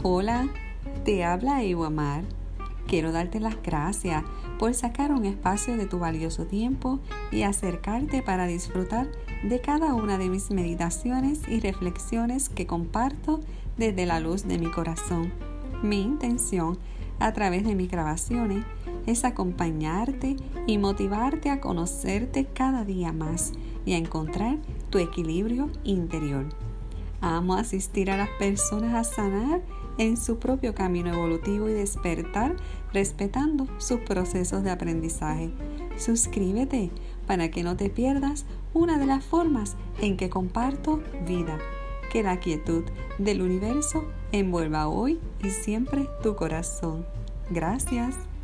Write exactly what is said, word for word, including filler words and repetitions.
Hola, te habla Ewamar. Quiero darte las gracias por sacar un espacio de tu valioso tiempo y acercarte para disfrutar de cada una de mis meditaciones y reflexiones que comparto desde la luz de mi corazón. Mi intención a través de mis grabaciones es acompañarte y motivarte a conocerte cada día más y a encontrar tu equilibrio interior. Amo asistir a las personas a sanar en su propio camino evolutivo y despertar respetando sus procesos de aprendizaje. Suscríbete para que no te pierdas una de las formas en que comparto vida. Que la quietud del universo envuelva hoy y siempre tu corazón. Gracias.